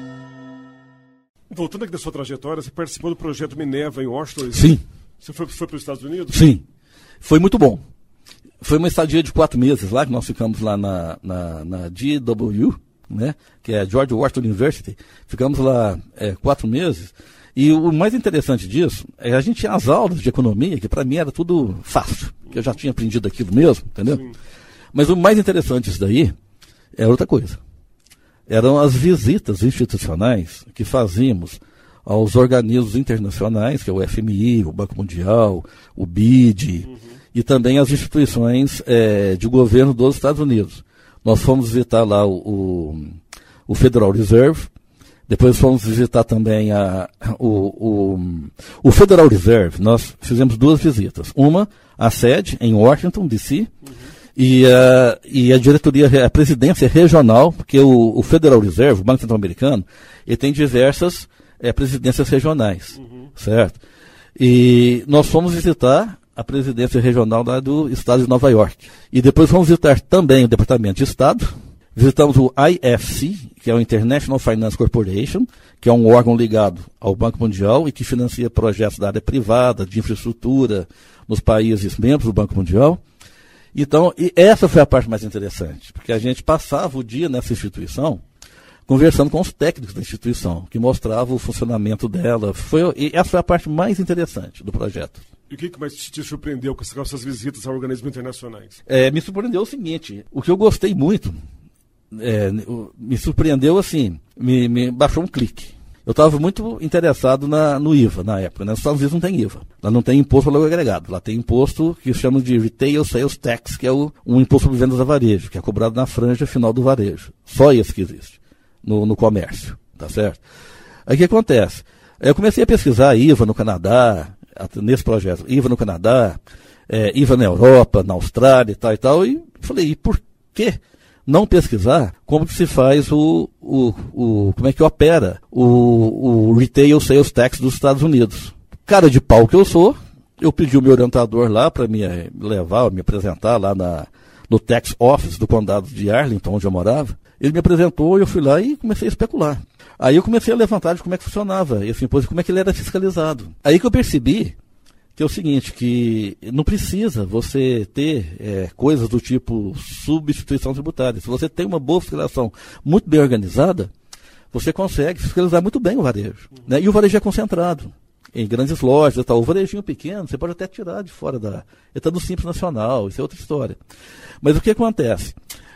[SPEAKER 2] Voltando aqui da sua trajetória, você participou do projeto Minerva em Washington?
[SPEAKER 3] Sim.
[SPEAKER 2] Você foi, foi para os Estados Unidos?
[SPEAKER 3] Sim. Foi muito bom. Foi uma estadia de quatro meses lá, que nós ficamos lá na, na, na G W, né, que é George Washington University. Ficamos lá é, quatro meses. E o mais interessante disso é a gente tinha as aulas de economia, que para mim era tudo fácil, que eu já tinha aprendido aquilo mesmo, entendeu? Sim. Mas o mais interessante disso daí era outra coisa. Eram as visitas institucionais que fazíamos aos organismos internacionais, que é o F M I, o Banco Mundial, o B I D, uhum. E também as instituições é, de governo dos Estados Unidos. Nós fomos visitar lá o, o, o Federal Reserve, depois fomos visitar também a, o, o, o Federal Reserve. Nós fizemos duas visitas. Uma, a sede em Washington, D C, uhum. e, a, e a diretoria, a presidência regional, porque o, o Federal Reserve, o Banco Central Americano, ele tem diversas é, presidências regionais, uhum. certo? E nós fomos visitar a presidência regional lá do estado de Nova York. E depois fomos visitar também o Departamento de Estado. Visitamos o I F C, que é o International Finance Corporation, que é um órgão ligado ao Banco Mundial e que financia projetos da área privada, de infraestrutura, nos países membros do Banco Mundial. Então, e essa foi a parte mais interessante, porque a gente passava o dia nessa instituição conversando com os técnicos da instituição, que mostravam o funcionamento dela. Foi, e essa foi a parte mais interessante do projeto.
[SPEAKER 2] E o que mais te surpreendeu com essas visitas a organismos internacionais?
[SPEAKER 3] É, me surpreendeu o seguinte, o que eu gostei muito, é, me surpreendeu assim, me, me baixou um clique. Eu estava muito interessado na, no I V A na época, né? Nos Estados Unidos não tem I V A, lá não tem imposto valor agregado, lá tem imposto que chamam de Retail Sales Tax, que é o, um imposto sobre vendas a varejo, que é cobrado na franja final do varejo. Só esse que existe no, no comércio, tá certo? Aí o que acontece? Eu comecei a pesquisar I V A no Canadá, nesse projeto, I V A no Canadá, é, I V A na Europa, na Austrália e tal e tal, e falei, e por quê não pesquisar como que se faz o, o, o como é que opera o, o Retail Sales Tax dos Estados Unidos? Cara de pau que eu sou, eu pedi o meu orientador lá para me levar, me apresentar lá na, no Tax Office do condado de Arlington, onde eu morava. Ele me apresentou, eu fui lá e comecei a especular. Aí eu comecei a levantar de como é que funcionava esse imposto, como é que ele era fiscalizado. Aí que eu percebi que é o seguinte, que não precisa você ter é, coisas do tipo substituição tributária. Se você tem uma boa fiscalização muito bem organizada, você consegue fiscalizar muito bem o varejo. Uhum. Né? E o varejo é concentrado em grandes lojas e tal. O varejinho pequeno, você pode até tirar de fora da... Ele está no Simples Nacional, isso é outra história. Mas o que acontece?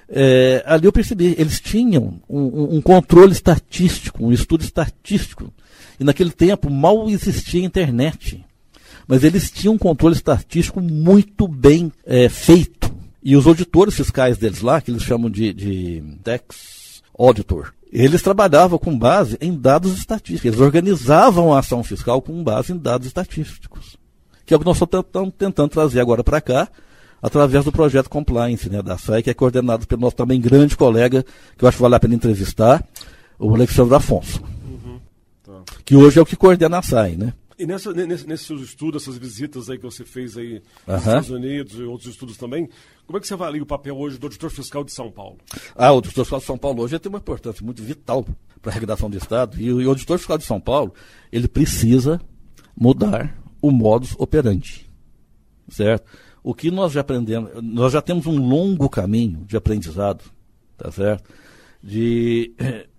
[SPEAKER 3] É, ali eu percebi, eles tinham um, um controle estatístico, um estudo estatístico. E naquele tempo mal existia internet. Mas eles tinham um controle estatístico muito bem é, feito. E os auditores fiscais deles lá, que eles chamam de, de tax auditor, eles trabalhavam com base em dados estatísticos. Eles organizavam a ação fiscal com base em dados estatísticos. Que é o que nós estamos tentando trazer agora para cá, através do projeto Compliance, né, da S A I, que é coordenado pelo nosso também grande colega, que eu acho que vale a pena entrevistar, o Alexandre Afonso. Uhum. Tá. Que hoje é o que coordena a S A I, né?
[SPEAKER 2] E nessa, nesse, nesse seu estudo, essas visitas aí que você fez aí nos uhum. Estados Unidos e outros estudos também, como é que você avalia o papel hoje do auditor fiscal de São Paulo?
[SPEAKER 3] Ah, o auditor fiscal de São Paulo hoje tem uma importância muito vital para a arrecadação do Estado. E o, e o auditor fiscal de São Paulo, ele precisa mudar o modus operandi, certo? O que nós já aprendemos, nós já temos um longo caminho de aprendizado, tá certo? De,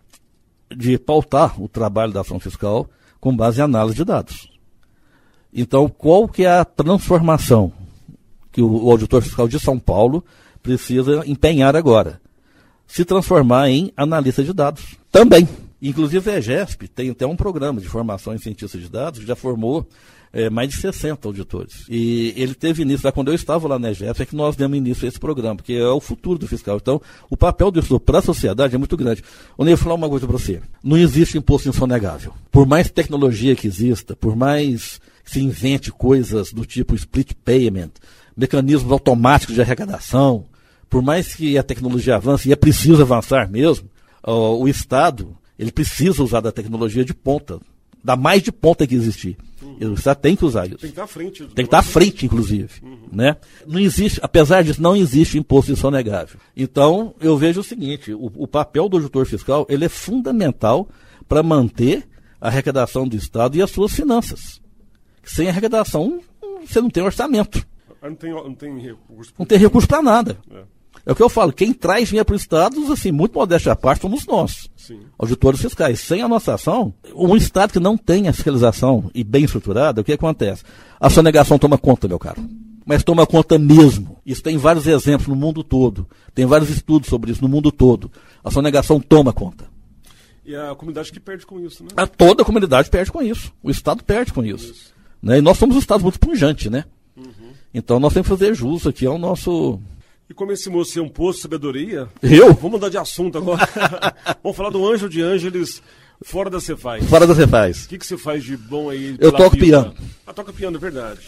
[SPEAKER 3] de pautar o trabalho da ação fiscal com base em análise de dados. Então, qual que é a transformação que o, o auditor fiscal de São Paulo precisa empenhar agora? Se transformar em analista de dados. Também. Inclusive a EGESP tem até um programa de formação em cientista de dados que já formou é, mais de sessenta auditores. E ele teve início, lá quando eu estava lá na EGESP, é que nós demos início a esse programa, porque é o futuro do fiscal. Então, o papel do estudo para a sociedade é muito grande. Eu nem vou falar uma coisa para você. Não existe imposto insonegável. Por mais tecnologia que exista, por mais que se invente coisas do tipo split payment, mecanismos automáticos de arrecadação, por mais que a tecnologia avance, e é preciso avançar mesmo, ó, o Estado ele precisa usar da tecnologia de ponta, da mais de ponta que existir. Uhum. O Estado tem que usar isso.
[SPEAKER 2] Tem que estar à frente.
[SPEAKER 3] Tem que estar à frente, inclusive. Uhum. Né? Não existe, apesar disso, não existe imposto insonegável. Então, eu vejo o seguinte, o, o papel do auditor fiscal ele é fundamental para manter a arrecadação do Estado e as suas finanças. Sem arrecadação, você não tem orçamento.
[SPEAKER 2] Não tem, não tem recurso.
[SPEAKER 3] Não tem recurso para nada.
[SPEAKER 2] É.
[SPEAKER 3] É o que eu falo, quem traz dinheiro para o Estado, assim, muito modéstia à parte, somos nós, Sim. auditores fiscais. Sem a nossa ação, um Estado que não tem a fiscalização e bem estruturada, o que acontece? A sonegação toma conta, meu caro. Mas toma conta mesmo. Isso tem vários exemplos no mundo todo. Tem vários estudos sobre isso no mundo todo. A sonegação toma conta.
[SPEAKER 2] E a comunidade que perde com isso, né?
[SPEAKER 3] A toda a comunidade perde com isso. O Estado perde com isso. isso. Né? E nós somos um Estado muito pungente, né? Uhum. Então nós temos que fazer jus aqui ao nosso...
[SPEAKER 2] E como esse moço é um poço de sabedoria...
[SPEAKER 3] Eu?
[SPEAKER 2] Vamos mudar de assunto agora. Vamos falar do Ângelo de Ângeles fora da Cefaz.
[SPEAKER 3] Fora da Cefaz.
[SPEAKER 2] O que, que você faz de bom aí?
[SPEAKER 3] Eu toco vida? piano.
[SPEAKER 2] Ah, toca piano, é verdade.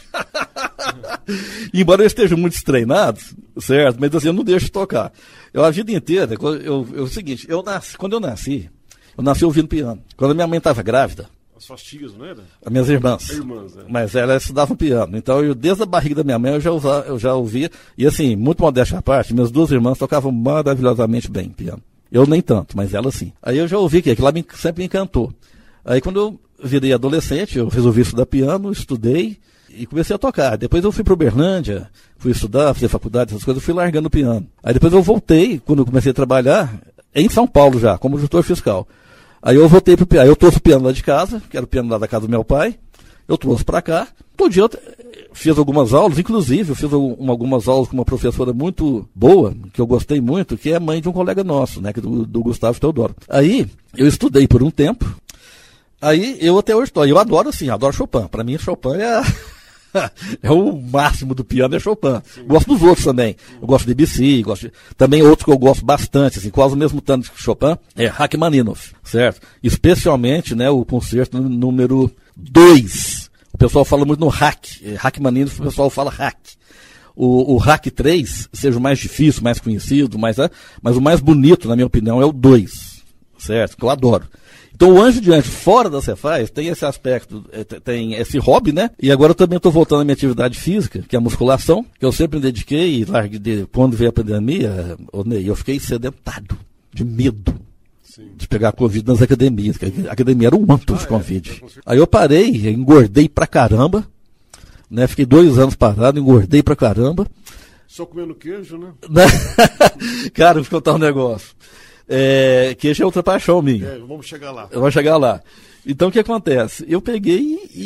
[SPEAKER 3] Embora eu esteja muito destreinado, certo? Mas assim, eu não deixo de tocar. Eu a vida inteira, eu, eu, eu, é o seguinte, eu nasci, quando eu nasci, eu nasci ouvindo piano. Quando a minha mãe estava grávida...
[SPEAKER 2] As suas tias, não era?
[SPEAKER 3] As minhas irmãs.
[SPEAKER 2] Irmãs, é.
[SPEAKER 3] Mas elas estudavam piano. Então, eu, desde a barriga da minha mãe, eu já, usa, eu já ouvia. E assim, muito modéstia à parte, minhas duas irmãs tocavam maravilhosamente bem piano. Eu nem tanto, mas elas sim. Aí eu já ouvi que aquilo lá me, sempre me encantou. Aí quando eu virei adolescente, eu resolvi estudar piano, estudei e comecei a tocar. Depois eu fui para Uberlândia, fui estudar, fazer faculdade, essas coisas, eu fui largando o piano. Aí depois eu voltei, quando eu comecei a trabalhar, em São Paulo já, como gestor fiscal. Aí eu voltei pro piano, eu trouxe o piano lá de casa, que era o piano lá da casa do meu pai, eu trouxe para cá, todo dia eu fiz algumas aulas, inclusive eu fiz um, algumas aulas com uma professora muito boa, que eu gostei muito, que é mãe de um colega nosso, né, do, do Gustavo Teodoro. Aí eu estudei por um tempo, aí eu até hoje estou, eu adoro assim, adoro Chopin, para mim Chopin é... é o máximo do piano, é Chopin. Sim. Gosto dos outros também. Eu gosto de Debussy, gosto de... também outros que eu gosto bastante, assim, quase o mesmo tanto que Chopin, é Rachmaninoff, certo? Especialmente, né, o concerto número dois. O pessoal fala muito no Rach. Rachmaninoff, o pessoal fala Rach. O, o Rach três seja o mais difícil, mais conhecido, mais, é, mas o mais bonito, na minha opinião, é o dois, certo? Que eu adoro. Então o Anjo de Anjos, fora da Cefaz, tem esse aspecto, tem esse hobby, né? E agora eu também estou voltando à minha atividade física, que é a musculação, que eu sempre me dediquei, e larguei de, quando veio a pandemia, eu fiquei sedentado, de medo. Sim. De pegar Covid nas academias, que a academia era um manto ah, de Covid. É, aí eu parei, engordei pra caramba, né? Fiquei dois anos parado, engordei pra caramba.
[SPEAKER 2] Só comendo queijo, né?
[SPEAKER 3] Cara, vou te contar um negócio. É, queijo é outra paixão minha.
[SPEAKER 2] É, vamos chegar lá.
[SPEAKER 3] Vamos chegar lá. Então o que acontece? Eu peguei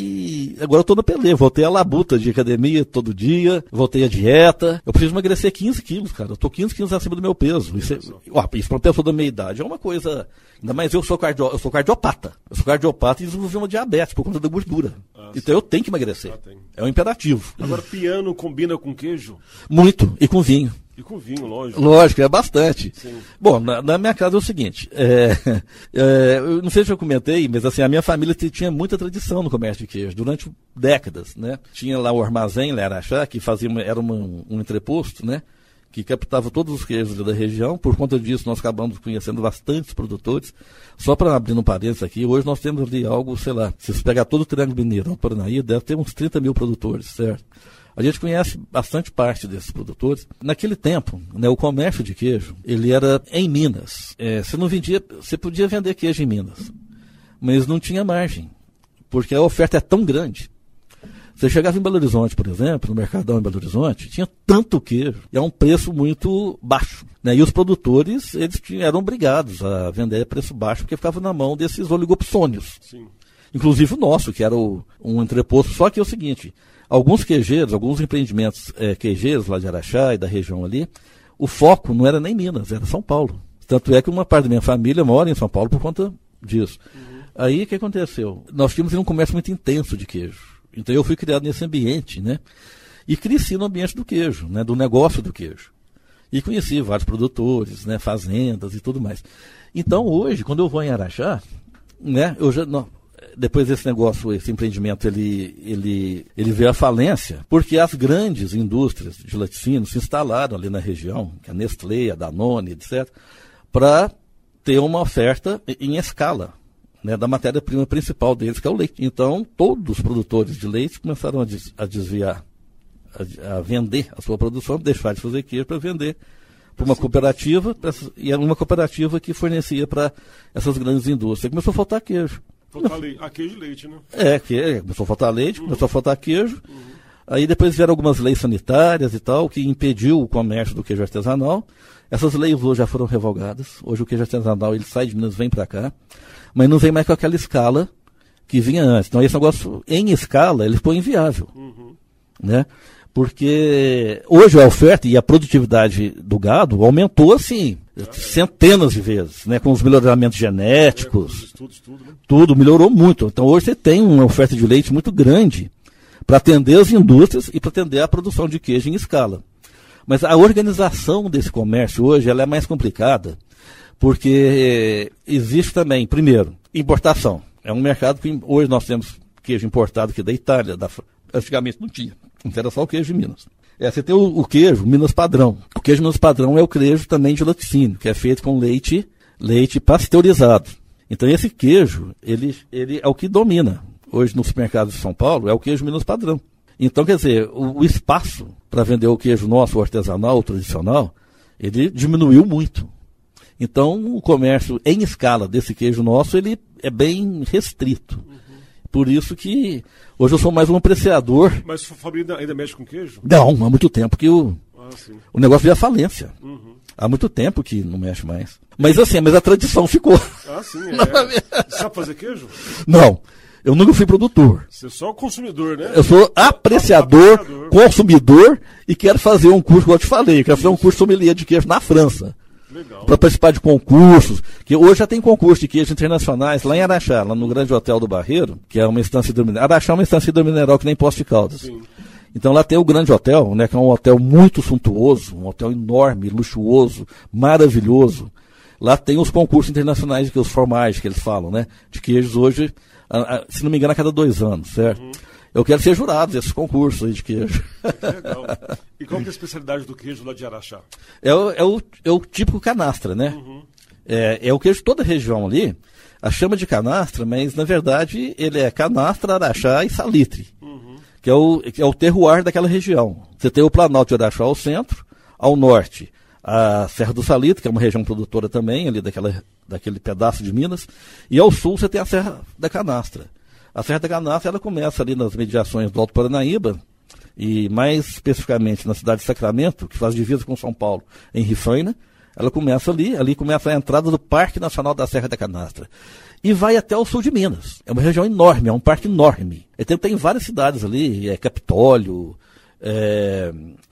[SPEAKER 3] e agora eu tô na peleia. Voltei à labuta de academia todo dia, voltei à dieta. Eu preciso emagrecer quinze quilos, cara. Eu tô quinze quilos acima do meu peso. Isso, é, ó, isso pra uma pessoa da minha idade é uma coisa. Ainda mais eu sou, cardio, eu sou cardiopata. Eu sou cardiopata e desenvolvi uma diabetes por conta da gordura. Ah, então eu tenho que emagrecer. Ah, é um imperativo.
[SPEAKER 2] Agora, piano combina com queijo?
[SPEAKER 3] Muito. E com vinho.
[SPEAKER 2] E com vinho, lógico.
[SPEAKER 3] Lógico, é bastante.
[SPEAKER 2] Sim.
[SPEAKER 3] Bom, na, na minha casa é o seguinte, é, é, eu não sei se eu comentei, mas assim, a minha família tinha muita tradição no comércio de queijo, durante décadas, né? Tinha lá o armazém, lá em Araxá, que fazia uma, era uma, um entreposto, né? Que captava todos os queijos da região. Por conta disso, nós acabamos conhecendo bastantes produtores. Só para abrir um parênteses aqui, hoje nós temos ali algo, sei lá, se você pegar todo o Triângulo Mineiro, no Paranaí, deve ter uns trinta mil produtores, certo? A gente conhece bastante parte desses produtores. Naquele tempo, né, o comércio de queijo, ele era em Minas. É, você não vendia, você podia vender queijo em Minas, mas não tinha margem, porque a oferta é tão grande. Você chegava em Belo Horizonte, por exemplo, no Mercadão em Belo Horizonte, tinha tanto queijo, e a um preço muito baixo, né? E os produtores, eles tinham, eram obrigados a vender a preço baixo, porque ficavam na mão desses oligopsônios. Sim. Inclusive o nosso, que era o, um entreposto. Só que é o seguinte, alguns queijeiros, alguns empreendimentos é, queijeiros lá de Araxá e da região ali, o foco não era nem Minas, era São Paulo. Tanto é que uma parte da minha família mora em São Paulo por conta disso. Uhum. Aí o que aconteceu? Nós tínhamos um comércio muito intenso de queijo. Então eu fui criado nesse ambiente, né? E cresci no ambiente do queijo, né? Do negócio do queijo. E conheci vários produtores, né? Fazendas e tudo mais. Então hoje, quando eu vou em Araxá, né? Eu já... Não, depois desse negócio, esse empreendimento, ele, ele, ele veio à falência, porque as grandes indústrias de laticínios se instalaram ali na região, que é a Nestlé, a Danone, etcétera, para ter uma oferta em escala, né, da matéria-prima principal deles, que é o leite. Então, todos os produtores de leite começaram a, des, a desviar, a, a vender a sua produção, deixar de fazer queijo para vender para uma cooperativa, pra, e era uma cooperativa que fornecia para essas grandes indústrias. Começou a faltar queijo.
[SPEAKER 2] Faltar leite. Ah, queijo e leite, né?
[SPEAKER 3] É, que, começou a faltar leite, uhum. começou a faltar queijo. Uhum. Aí depois vieram algumas leis sanitárias e tal, que impediu o comércio do queijo artesanal. Essas leis hoje já foram revogadas. Hoje o queijo artesanal, ele sai de Minas, vem para cá. Mas não vem mais com aquela escala que vinha antes. Então esse negócio, em escala, ele ficou inviável. Uhum. Né? Porque hoje a oferta e a produtividade do gado aumentou assim, é. centenas de vezes, né? Com os melhoramentos genéticos. É, estudos, tudo, né? Tudo melhorou muito. Então hoje você tem uma oferta de leite muito grande para atender as indústrias e para atender a produção de queijo em escala. Mas a organização desse comércio hoje ela é mais complicada, porque existe também, primeiro, importação. É um mercado que hoje nós temos queijo importado aqui da Itália, da, antigamente não tinha. Então era só o queijo de Minas. É, você tem o, o queijo Minas Padrão. O queijo Minas Padrão é o queijo também de laticínio, que é feito com leite, leite pasteurizado. Então esse queijo, ele, ele é o que domina hoje nos supermercados de São Paulo, é o queijo Minas Padrão. Então, quer dizer, o, o espaço para vender o queijo nosso, o artesanal, o tradicional, ele diminuiu muito. Então, o comércio em escala desse queijo nosso, ele é bem restrito. Uhum. Por isso que hoje eu sou mais um apreciador.
[SPEAKER 2] Mas sua família ainda mexe com queijo?
[SPEAKER 3] Não, há muito tempo que o...
[SPEAKER 2] Ah, sim.
[SPEAKER 3] O negócio veio à falência.
[SPEAKER 2] Uhum.
[SPEAKER 3] Há muito tempo que não mexe mais. Mas assim, mas a tradição ficou.
[SPEAKER 2] Ah, sim, é. Sabe fazer queijo?
[SPEAKER 3] Não, eu nunca fui produtor.
[SPEAKER 2] Você é só consumidor, né?
[SPEAKER 3] Eu sou apreciador, apreciador, consumidor e quero fazer um curso, como eu te falei, quero fazer um curso de sommelier de queijo na França. Para participar de concursos, que hoje já tem concurso de queijos internacionais lá em Araxá, lá no Grande Hotel do Barreiro, que é uma instância hidromineral. Araxá é uma instância hidromineral que nem Poços de Caldas. Sim. Então lá tem o Grande Hotel, né, que é um hotel muito suntuoso, um hotel enorme, luxuoso, maravilhoso. Lá tem os concursos internacionais, que os formais que eles falam, né, de queijos hoje, a, a, se não me engano, a cada dois anos, certo? Uhum. Eu quero ser jurado desses concursos aí de queijo.
[SPEAKER 2] Que legal. E qual que é a especialidade do queijo lá de Araxá?
[SPEAKER 3] É o, é o, é o típico canastra, né? Uhum. É, é o queijo de toda a região ali. A chama de canastra, mas na verdade ele é canastra, Araxá e salitre. Uhum. Que é o, que é o terroir daquela região. Você tem o Planalto de Araxá ao centro, ao norte a Serra do Salitre, que é uma região produtora também, ali daquela, daquele pedaço de Minas. E ao sul você tem a Serra da Canastra. A Serra da Canastra, ela começa ali nas mediações do Alto Paranaíba, e mais especificamente na cidade de Sacramento, que faz divisa com São Paulo, em Rifaina. Ela começa ali, ali começa a entrada do Parque Nacional da Serra da Canastra. E vai até o sul de Minas. É uma região enorme, é um parque enorme. E tem, tem várias cidades ali, é Capitólio, é,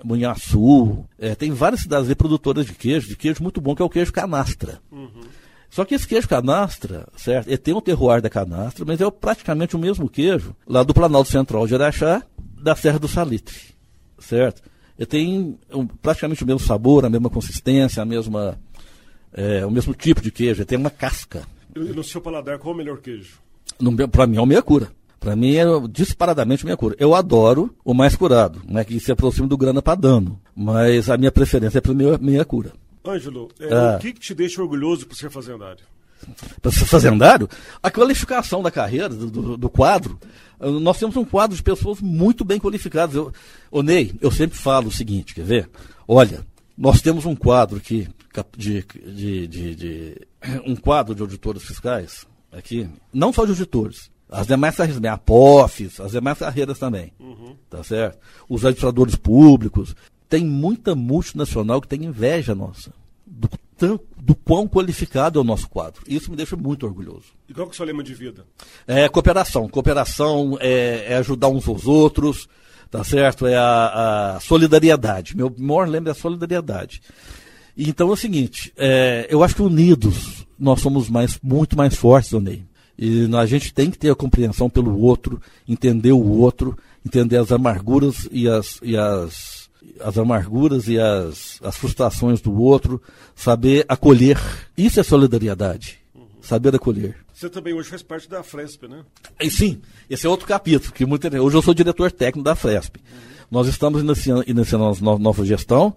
[SPEAKER 3] Munhaçu, é, tem várias cidades ali produtoras de queijo, de queijo muito bom, que é o queijo canastra. Uhum. Só que esse queijo canastra, certo? Ele tem um terroir da canastra, mas é praticamente o mesmo queijo lá do Planalto Central de Araxá, da Serra do Salitre, certo? Ele tem um, praticamente o mesmo sabor, a mesma consistência, a mesma, é, o mesmo tipo de queijo, ele tem uma casca.
[SPEAKER 2] E no seu paladar, qual é o melhor queijo?
[SPEAKER 3] Para mim é o meia cura. Para mim é disparadamente meia cura. Eu adoro o mais curado, né, que se aproxima do grana padano, mas a minha preferência é para o meia cura.
[SPEAKER 2] Ângelo, é, ah. o que, que te deixa orgulhoso por ser fazendário?
[SPEAKER 3] Para ser fazendário? A qualificação da carreira, do, do, do quadro. Nós temos um quadro de pessoas muito bem qualificadas. Eu, ô Ney, eu sempre falo o seguinte, quer ver? Olha, nós temos um quadro aqui, de, de, de, de um quadro de auditores fiscais, aqui, não só de auditores, as demais carreiras também, a P O Fs, as demais carreiras também, uhum. Tá certo? Os administradores públicos. Tem muita multinacional que tem inveja nossa, do, do quão qualificado é o nosso quadro. Isso me deixa muito orgulhoso.
[SPEAKER 2] E qual que é o seu lema de vida?
[SPEAKER 3] É cooperação. Cooperação é, é ajudar uns aos outros, tá certo? É a, a solidariedade. Meu maior lema é a solidariedade. E, então é o seguinte, é, eu acho que unidos nós somos mais, muito mais fortes, Ney. E a gente tem que ter a compreensão pelo outro, entender o outro, entender as amarguras e as... E as as amarguras e as, as frustrações do outro, saber acolher. Isso é solidariedade, uhum. Saber acolher.
[SPEAKER 2] Você também hoje faz parte da Fresp, né?
[SPEAKER 3] E, sim, esse é outro capítulo. Que muito, hoje eu sou diretor técnico da Fresp. Uhum. Nós estamos iniciando, iniciando a nossa nova gestão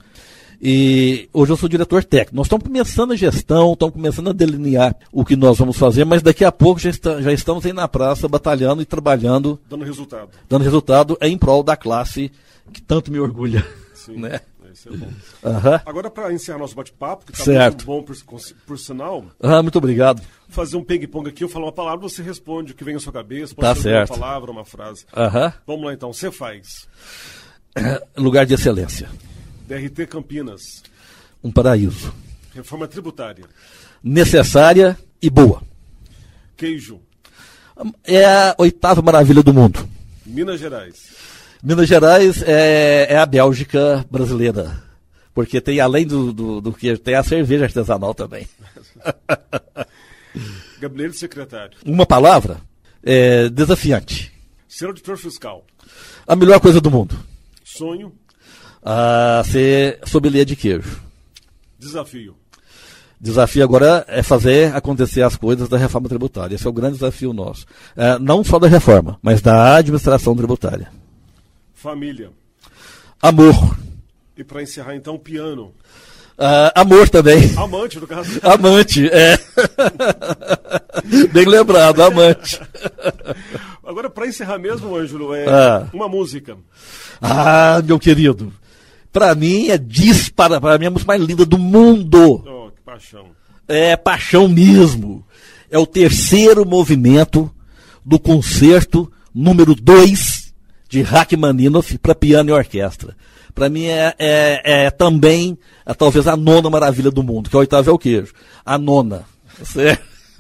[SPEAKER 3] e hoje eu sou diretor técnico. Nós estamos começando a gestão, estamos começando a delinear o que nós vamos fazer, mas daqui a pouco já, está, já estamos aí na praça batalhando e trabalhando.
[SPEAKER 2] Dando resultado.
[SPEAKER 3] Dando resultado em prol da classe que tanto me orgulha.
[SPEAKER 2] Sim,
[SPEAKER 3] né?
[SPEAKER 2] Isso é bom.
[SPEAKER 3] Uhum.
[SPEAKER 2] Agora, para encerrar nosso bate-papo, que está muito bom por, por sinal,
[SPEAKER 3] uhum, muito obrigado.
[SPEAKER 2] Fazer um ping-pong aqui, eu falo uma palavra, você responde o que vem à sua cabeça, pode
[SPEAKER 3] tá
[SPEAKER 2] ser
[SPEAKER 3] certo.
[SPEAKER 2] Uma palavra, uma frase.
[SPEAKER 3] Uhum.
[SPEAKER 2] Vamos lá então, você faz.
[SPEAKER 3] Lugar de excelência.
[SPEAKER 2] D R T Campinas.
[SPEAKER 3] Um paraíso.
[SPEAKER 2] Reforma tributária.
[SPEAKER 3] Necessária e boa.
[SPEAKER 2] Queijo.
[SPEAKER 3] É a oitava maravilha do mundo.
[SPEAKER 2] Minas Gerais.
[SPEAKER 3] Minas Gerais é, é a Bélgica brasileira, porque tem, além do, do, do queijo, tem a cerveja artesanal também.
[SPEAKER 2] Gabinete secretário.
[SPEAKER 3] Uma palavra, é, desafiante.
[SPEAKER 2] Ser auditor fiscal.
[SPEAKER 3] A melhor coisa do mundo.
[SPEAKER 2] Sonho.
[SPEAKER 3] A ser sommelier de queijo.
[SPEAKER 2] Desafio.
[SPEAKER 3] Desafio agora é fazer acontecer as coisas da reforma tributária. Esse é o grande desafio nosso. É, não só da reforma, mas da administração tributária.
[SPEAKER 2] Família.
[SPEAKER 3] Amor.
[SPEAKER 2] E para encerrar, então, piano.
[SPEAKER 3] Uh, amor também.
[SPEAKER 2] Amante, no caso.
[SPEAKER 3] Amante, é. Bem lembrado, amante.
[SPEAKER 2] Agora, para encerrar mesmo, Ângelo, é
[SPEAKER 3] ah.
[SPEAKER 2] uma música.
[SPEAKER 3] Ah, meu querido. Para mim é dispara, para mim é a música mais linda do mundo.
[SPEAKER 2] Oh, que paixão.
[SPEAKER 3] É paixão mesmo. É o terceiro movimento do concerto número dois de de Rachmaninoff para piano e orquestra. Para mim é, é, é também, é, talvez, a nona maravilha do mundo, que a oitava é o queijo. A nona. Certo?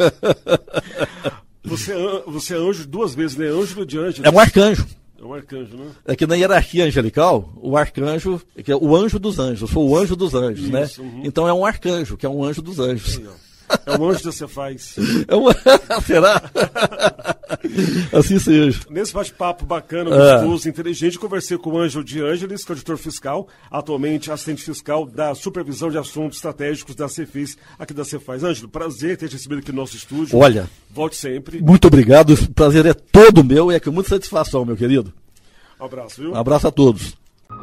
[SPEAKER 2] Você, você é anjo duas vezes, né? Ângelo de Ângeles.
[SPEAKER 3] É um arcanjo.
[SPEAKER 2] É um arcanjo, né?
[SPEAKER 3] É que na hierarquia angelical, o arcanjo, que é o anjo dos anjos, foi o anjo dos anjos, Isso, né? Uhum. Então é um arcanjo, que é um anjo dos anjos. Aí,
[SPEAKER 2] é o anjo da Cefaz.
[SPEAKER 3] É um... Será? Assim seja.
[SPEAKER 2] Nesse bate-papo bacana, gostoso, é. inteligente, conversei com o Ângelo de Ângeles, que é auditor fiscal, atualmente assistente fiscal da Supervisão de Assuntos Estratégicos da Cefis, aqui da Cefaz. Ângelo, prazer ter te recebido aqui no nosso estúdio.
[SPEAKER 3] Olha,
[SPEAKER 2] volte sempre.
[SPEAKER 3] Muito obrigado, o prazer é todo meu e é com muita satisfação, meu querido.
[SPEAKER 2] Um abraço, viu?
[SPEAKER 3] Um abraço a todos.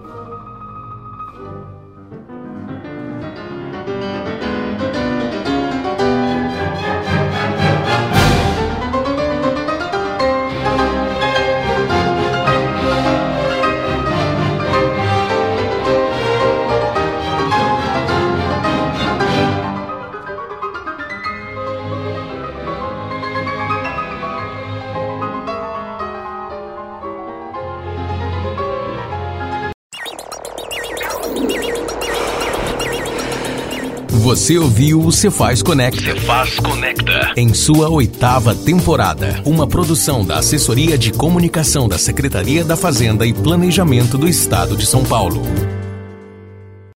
[SPEAKER 1] Você ouviu o Cefaz Conecta. Cefaz Conecta. Em sua oitava temporada. Uma produção da Assessoria de Comunicação da Secretaria da Fazenda e Planejamento do Estado de São Paulo.